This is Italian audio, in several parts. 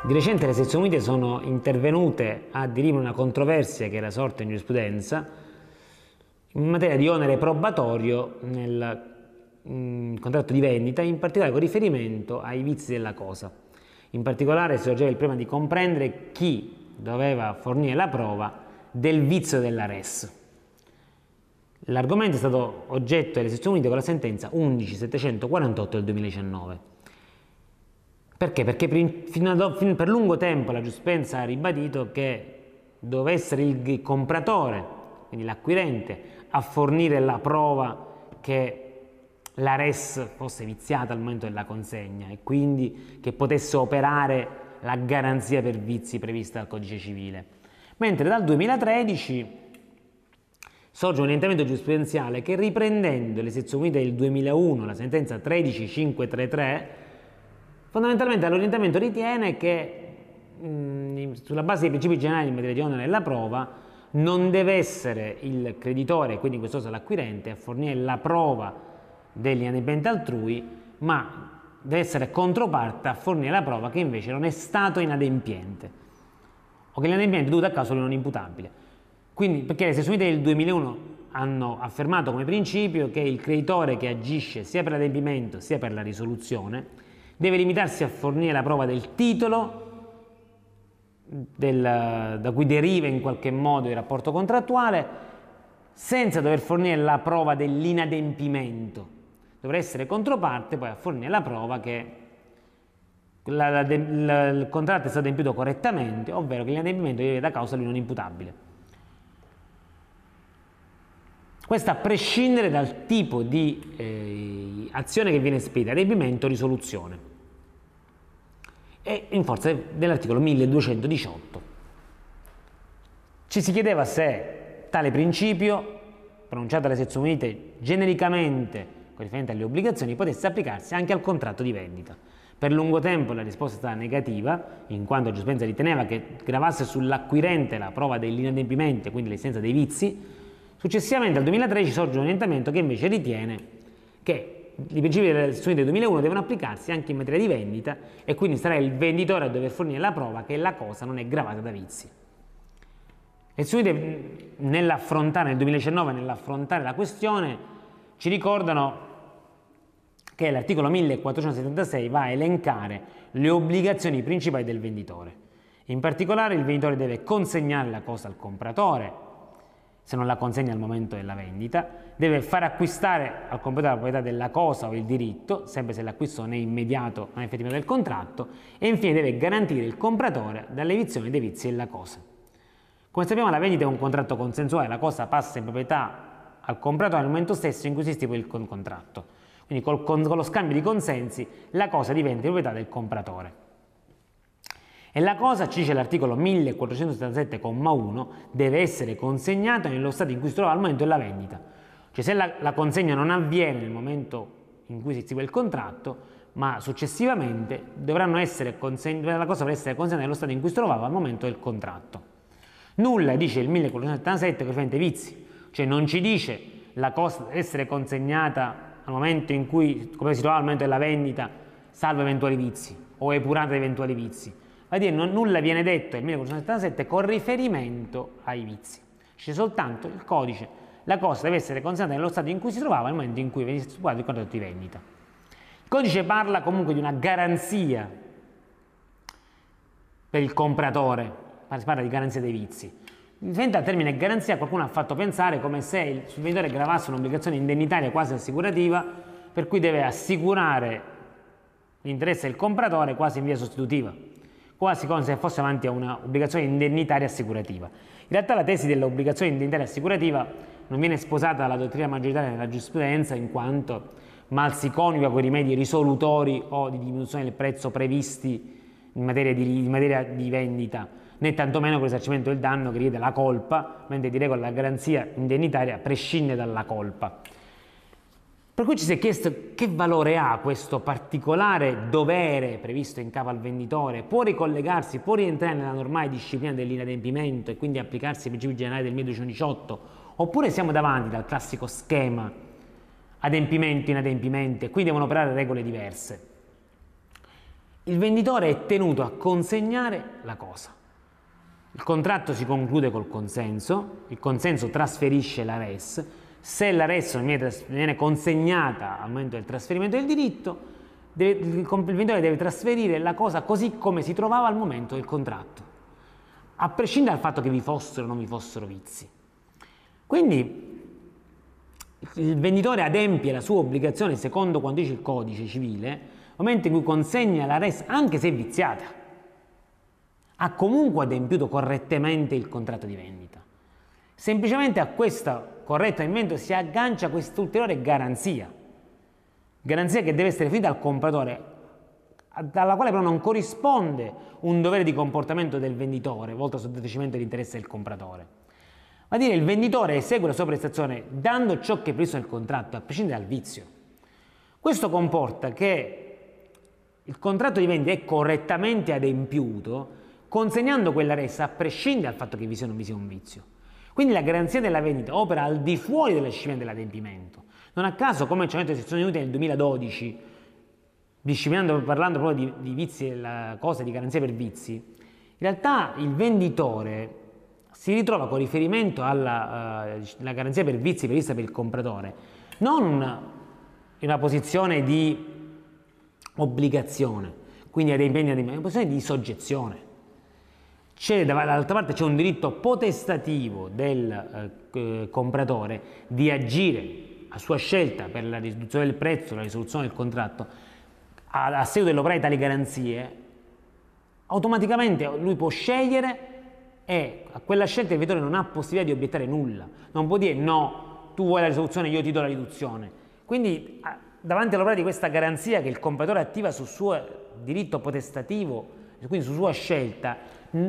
Di recente le sezioni unite sono intervenute a dirimere una controversia che era sorta in giurisprudenza in materia di onere probatorio nel contratto di vendita, in particolare con riferimento ai vizi della cosa. In particolare si sorgeva il problema di comprendere chi doveva fornire la prova del vizio della res. L'argomento è stato oggetto delle sezioni unite con la sentenza 11748 del 2019. Perché? Perché per lungo tempo la giurisprudenza ha ribadito che doveva essere il compratore, quindi l'acquirente, a fornire la prova che la res fosse viziata al momento della consegna e quindi che potesse operare la garanzia per vizi prevista dal Codice Civile. Mentre dal 2013 sorge un orientamento giurisprudenziale che, riprendendo le sezioni unite del 2001, la sentenza 13533, fondamentalmente l'orientamento ritiene che sulla base dei principi generali in materia di onere della prova non deve essere il creditore, quindi in questo caso l'acquirente, a fornire la prova dell'inadempimento altrui, ma deve essere controparte a fornire la prova che invece non è stato inadempiente o che l'inadempiente è dovuto a causa di non imputabile. Quindi, perché le sezioni del 2001 hanno affermato come principio che il creditore che agisce sia per l'adempimento sia per la risoluzione deve limitarsi a fornire la prova del titolo da cui deriva in qualche modo il rapporto contrattuale, senza dover fornire la prova dell'inadempimento. Dovrà essere controparte poi a fornire la prova che il contratto è stato adempiuto correttamente, ovvero che l'inadempimento deriva da causa di non imputabile. Questo a prescindere dal tipo di azione che viene spedita, adempimento o risoluzione, e in forza dell'articolo 1218. Ci si chiedeva se tale principio, pronunciato dalle sezioni unite genericamente con riferimento alle obbligazioni, potesse applicarsi anche al contratto di vendita. Per lungo tempo la risposta è stata negativa, in quanto la giurisprudenza riteneva che gravasse sull'acquirente la prova dell'inadempimento, quindi l'esistenza dei vizi. Successivamente, al 2013, sorge un orientamento che invece ritiene che i principi delle sezioni del 2001 devono applicarsi anche in materia di vendita e quindi sarà il venditore a dover fornire la prova che la cosa non è gravata da vizi. Le sezioni nell'affrontare, nel 2019, nell'affrontare la questione, ci ricordano che l'articolo 1476 va a elencare le obbligazioni principali del venditore. In particolare, il venditore deve consegnare la cosa al compratore, se non la consegna al momento della vendita, deve far acquistare al compratore la proprietà della cosa o il diritto, sempre se l'acquisto non è immediato, non è effettivo del contratto, e infine deve garantire il compratore dall'evizione dei vizi della cosa. Come sappiamo, la vendita è un contratto consensuale, la cosa passa in proprietà al compratore nel momento stesso in cui si stipula il contratto. Quindi con lo scambio di consensi la cosa diventa di proprietà del compratore. E la cosa, ci dice l'articolo 1477,1, deve essere consegnata nello stato in cui si trova al momento della vendita. Cioè, se la consegna non avviene nel momento in cui si stipula il contratto, ma successivamente la cosa dovrà essere consegnata nello stato in cui si trovava al momento del contratto. Nulla dice il 1477 riferente ai vizi, cioè non ci dice la cosa deve essere consegnata al momento in cui come si trova al momento della vendita, salvo eventuali vizi, o epurata da eventuali vizi. Va a dire, nulla viene detto nel 1477 con riferimento ai vizi. C'è soltanto il codice, la cosa deve essere consegnata nello stato in cui si trovava nel momento in cui veniva stipulato il contratto di vendita. Il codice parla comunque di una garanzia per il compratore, si parla di garanzia dei vizi. Riferente al termine garanzia, qualcuno ha fatto pensare come se sul venditore gravasse un'obbligazione indennitaria quasi assicurativa, per cui deve assicurare l'interesse del compratore quasi in via sostitutiva, quasi come se fosse avanti a un'obbligazione indennitaria assicurativa. In realtà la tesi dell'obbligazione indennitaria assicurativa non viene sposata dalla dottrina maggioritaria della giurisprudenza, in quanto mal si coniuga con i rimedi risolutori o di diminuzione del prezzo previsti in materia di vendita, né tantomeno con il risarcimento del danno che richiede la colpa, mentre di regola la garanzia indennitaria prescinde dalla colpa. Per cui ci si è chiesto che valore ha questo particolare dovere previsto in capo al venditore, può ricollegarsi, può rientrare nella normale disciplina dell'inadempimento e quindi applicarsi ai principi generali del 1218, oppure siamo davanti dal classico schema adempimento, inadempimento, e quindi devono operare regole diverse. il venditore è tenuto a consegnare la cosa. Il contratto si conclude col consenso, il consenso trasferisce la res, se la res non viene consegnata al momento del trasferimento del diritto, il venditore deve trasferire la cosa così come si trovava al momento del contratto, a prescindere dal fatto che vi fossero o non vi fossero vizi. Quindi il venditore adempie la sua obbligazione secondo quanto dice il codice civile nel momento in cui consegna la res, anche se viziata. Ha comunque adempiuto correttamente il contratto di vendita. Semplicemente a questo corretto adempimento si aggancia questa ulteriore garanzia che deve essere fornita al compratore, dalla quale però non corrisponde un dovere di comportamento del venditore volto al soddisfacimento dell'interesse del compratore. Va a dire, il venditore esegue la sua prestazione dando ciò che è previsto nel contratto, a prescindere dal vizio. Questo comporta che il contratto di vendita è correttamente adempiuto consegnando quella res a prescindere dal fatto che vi sia o non vi sia un vizio. Quindi la garanzia della vendita opera al di fuori della disciplina dell'adempimento. Non a caso, come ci hanno detto le sezioni unite nel 2012, parlando proprio di vizi e la cosa di garanzia per vizi, in realtà il venditore si ritrova con riferimento alla garanzia per vizi prevista per il compratore, non in una posizione di obbligazione, quindi adempimento, in una posizione di soggezione. Dall'altra parte c'è un diritto potestativo del compratore di agire a sua scelta per la riduzione del prezzo, la risoluzione del contratto, a seguito dell'operare di tali garanzie. Automaticamente lui può scegliere e a quella scelta il venditore non ha possibilità di obiettare nulla, non può dire no, tu vuoi la risoluzione, io ti do la riduzione. Quindi davanti all'opera di questa garanzia che il compratore attiva sul suo diritto potestativo, quindi su sua scelta,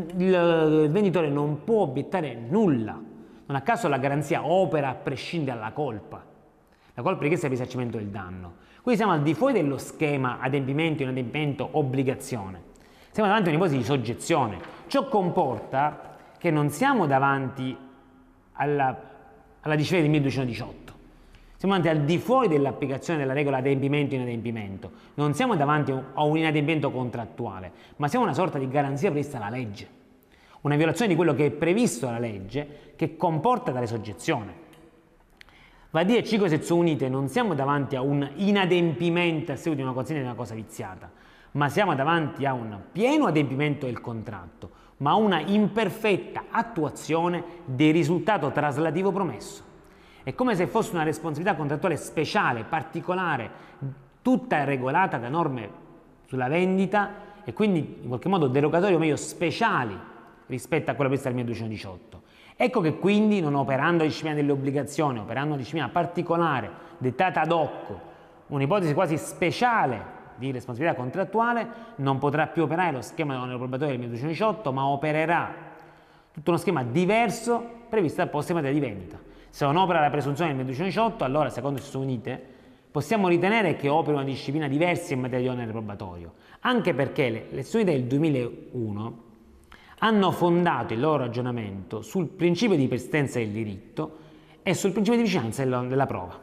il venditore non può obiettare nulla. Non a caso la garanzia opera a prescindere dalla colpa. La colpa richiesta è il risarcimento del danno. Quindi siamo al di fuori dello schema adempimento, inadempimento, obbligazione. Siamo davanti a un'ipotesi di soggezione. Ciò comporta che non siamo davanti alla disciplina del 1218. Siamo davanti al di fuori dell'applicazione della regola adempimento-inadempimento. Non siamo davanti a un inadempimento contrattuale, ma siamo una sorta di garanzia prevista dalla legge. Una violazione di quello che è previsto dalla legge che comporta tale soggezione. Va a dire, Cico e Sezioni Unite, non siamo davanti a un inadempimento a seguito di una consegna di una cosa viziata, ma siamo davanti a un pieno adempimento del contratto, ma a una imperfetta attuazione del risultato traslativo promesso. È come se fosse una responsabilità contrattuale speciale, particolare, tutta regolata da norme sulla vendita e quindi in qualche modo derogatorie o meglio speciali rispetto a quella prevista dal 1218. Ecco che quindi, non operando la disciplina delle obbligazioni, operando una disciplina particolare, dettata ad hoc, un'ipotesi quasi speciale di responsabilità contrattuale, non potrà più operare lo schema dell'onere probatorio del 1218, ma opererà tutto uno schema diverso previsto dal posto in materia di vendita. Se non opera la presunzione del 1218, allora, secondo le Sezioni Unite, possiamo ritenere che operi una disciplina diversa in materia di onere probatorio, anche perché le Sezioni Unite del 2001 hanno fondato il loro ragionamento sul principio di persistenza del diritto e sul principio di vicinanza della prova.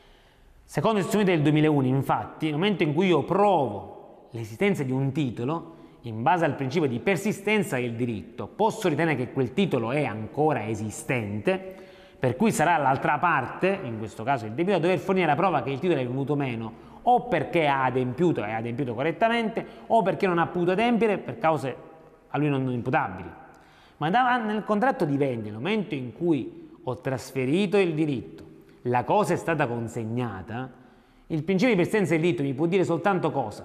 Secondo le Sezioni Unite del 2001, infatti, nel momento in cui io provo l'esistenza di un titolo, in base al principio di persistenza del diritto, posso ritenere che quel titolo è ancora esistente, per cui sarà l'altra parte, in questo caso il debitore, a dover fornire la prova che il titolo è venuto meno o perché ha adempiuto e ha adempiuto correttamente o perché non ha potuto adempiere per cause a lui non imputabili. Ma nel contratto di vendita, nel momento in cui ho trasferito il diritto, la cosa è stata consegnata, il principio di persistenza del diritto mi può dire soltanto cosa?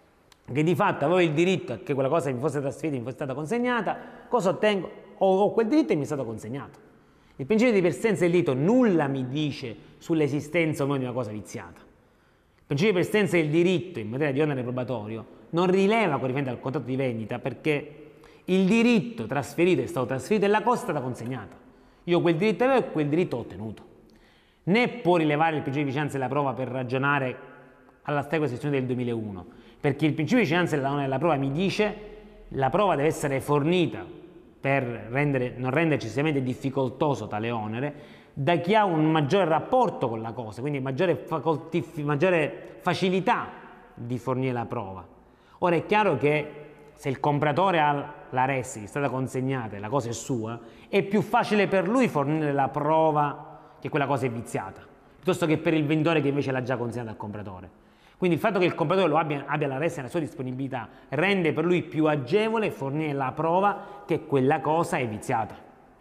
Che di fatto avevo il diritto a che quella cosa mi fosse trasferita, mi fosse stata consegnata, cosa ottengo? Ho quel diritto e mi è stato consegnato. Il principio di persistenza del diritto nulla mi dice sull'esistenza o meno di una cosa viziata. Il principio di persistenza del diritto in materia di onere probatorio non rileva con riferimento al contratto di vendita perché il diritto trasferito è stato trasferito e la cosa è stata consegnata. Io quel diritto avevo e quel diritto ho ottenuto. Né può rilevare il principio di vicinanza della prova per ragionare alla stregua sezione del 2001, perché il principio di vicinanza della prova mi dice la prova deve essere fornita per non rendere eccessivamente difficoltoso tale onere da chi ha un maggiore rapporto con la cosa, quindi maggiore facilità di fornire la prova, Ora è chiaro che se il compratore ha la res che è stata consegnata e la cosa è sua, è più facile per lui fornire la prova che quella cosa è viziata, piuttosto che per il venditore che invece l'ha già consegnata al compratore. Quindi il fatto che il compratore abbia la res nella sua disponibilità rende per lui più agevole fornire la prova che quella cosa è viziata.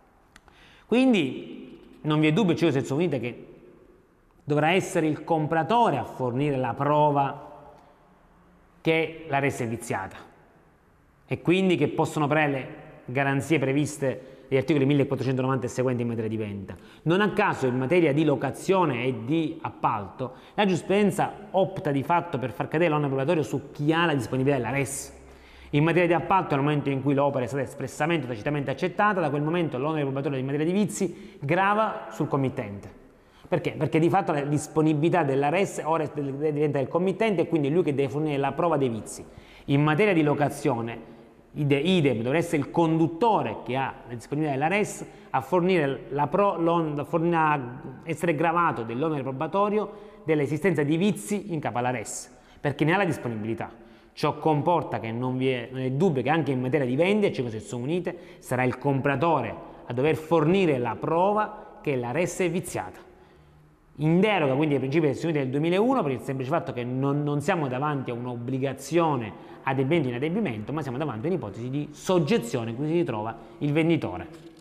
Quindi non vi è dubbio, cioè, senza unite, che dovrà essere il compratore a fornire la prova che la res è viziata e quindi che possono operare le garanzie previste negli articoli 1490 e seguenti in materia di vendita. Non a caso in materia di locazione e di appalto la giurisprudenza opta di fatto per far cadere l'onere probatorio su chi ha la disponibilità della res. In materia di appalto, nel momento in cui l'opera è stata espressamente o tacitamente accettata, da quel momento l'onere probatorio in materia di vizi grava sul committente. Perché? Perché di fatto la disponibilità della res ora diventa del committente e quindi è lui che deve fornire la prova dei vizi. In materia di locazione, idem, dovrà essere il conduttore che ha la disponibilità della res a fornire a essere gravato dell'onere probatorio dell'esistenza di vizi in capo alla res, perché ne ha la disponibilità. Ciò comporta che non è dubbio che anche in materia di vendite, circostanze unite, sarà il compratore a dover fornire la prova che la res è viziata. In deroga quindi ai principi del 2001 per il semplice fatto che non siamo davanti a un'obbligazione adempiente in adempimento, ma siamo davanti a un'ipotesi di soggezione in cui si ritrova il venditore.